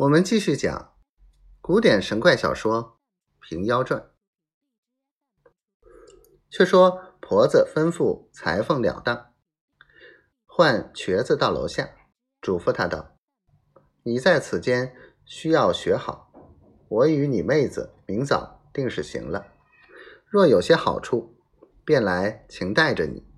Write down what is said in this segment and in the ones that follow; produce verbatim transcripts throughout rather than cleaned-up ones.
我们继续讲古典神怪小说《平妖传》。却说婆子吩咐裁缝了当，唤瘸子到楼下，嘱咐他道：你在此间需要学好，我与你妹子明早定是行了，若有些好处，便来请带着你。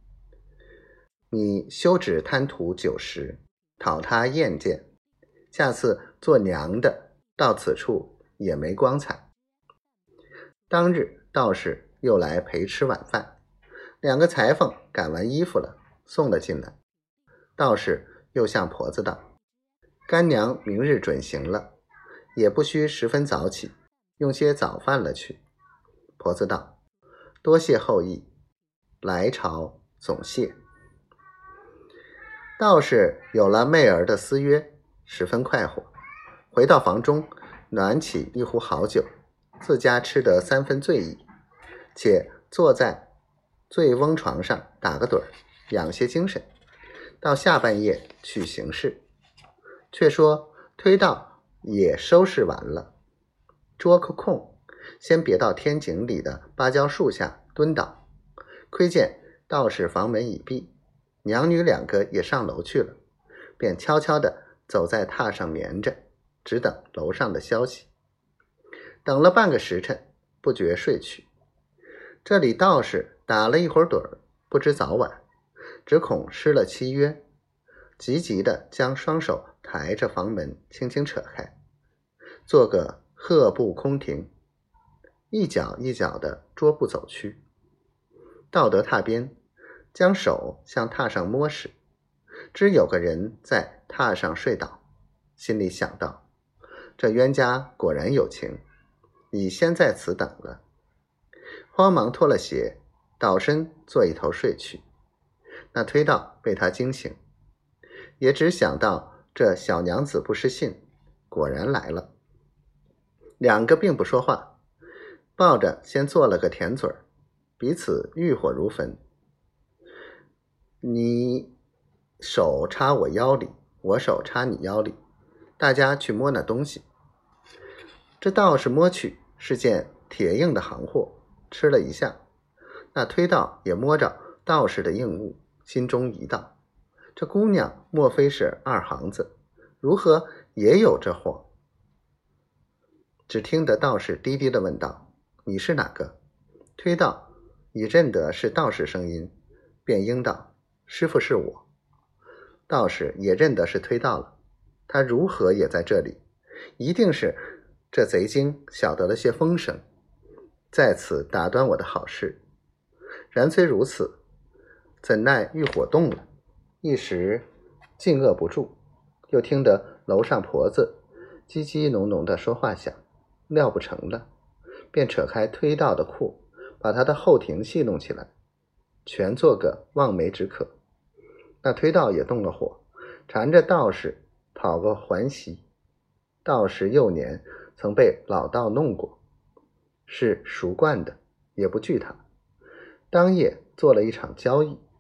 你休止贪图酒食，讨他厌见，下次做娘的到此处也没光彩。当日道士又来陪吃晚饭，两个裁缝赶完衣服了，送了进来。道士又向婆子道：干娘明日准行了，也不须十分早起，用些早饭了去。婆子道：多谢厚意，来朝总谢。道士有了妹儿的私约，十分快活，回到房中，暖起一壶好酒，自家吃得三分醉意，且坐在醉翁床上打个盹儿，养些精神，到下半夜去行事。却说推道也收拾完了，捉个空，先别到天井里的芭蕉树下蹲倒，窥见道士房门已闭，娘女两个也上楼去了，便悄悄地走在榻上眠着，只等楼上的消息。等了半个时辰，不觉睡去。这里道士打了一会儿盹儿，不知早晚，只恐失了契约，急急地将双手抬着房门轻轻扯开，做个鹤步空庭，一脚一脚地捉步走去。到得榻边，将手向榻上摸时，知有个人在榻上睡倒，心里想到：这冤家果然有情，已先在此等了。慌忙脱了鞋，倒身坐一头睡去。那推道被他惊醒，也只想到这小娘子不失信，果然来了。两个并不说话，抱着先做了个甜嘴儿，彼此欲火如焚。你手插我腰里，我手插你腰里，大家去摸那东西。这道士摸去是件铁硬的行货，吃了一下。那推道也摸着道士的硬物，心中疑道：这姑娘莫非是二行子，如何也有这货？只听得道士低低地问道：你是哪个？推道已认得是道士声音，便应道：师父是我。道士也认得是推道了，他如何也在这里？一定是这贼精晓得了些风声，在此打断我的好事。然虽如此，怎奈欲火动了，一时竟遏不住，又听得楼上婆子叽叽哝哝的说话响，料不成了，便扯开推道的裤，把他的后庭戏弄起来，全做个望梅止渴。那推道也动了火，缠着道士讨个还席。道士幼年曾被老道弄过，是熟惯的，也不惧他。当夜做了一场交易，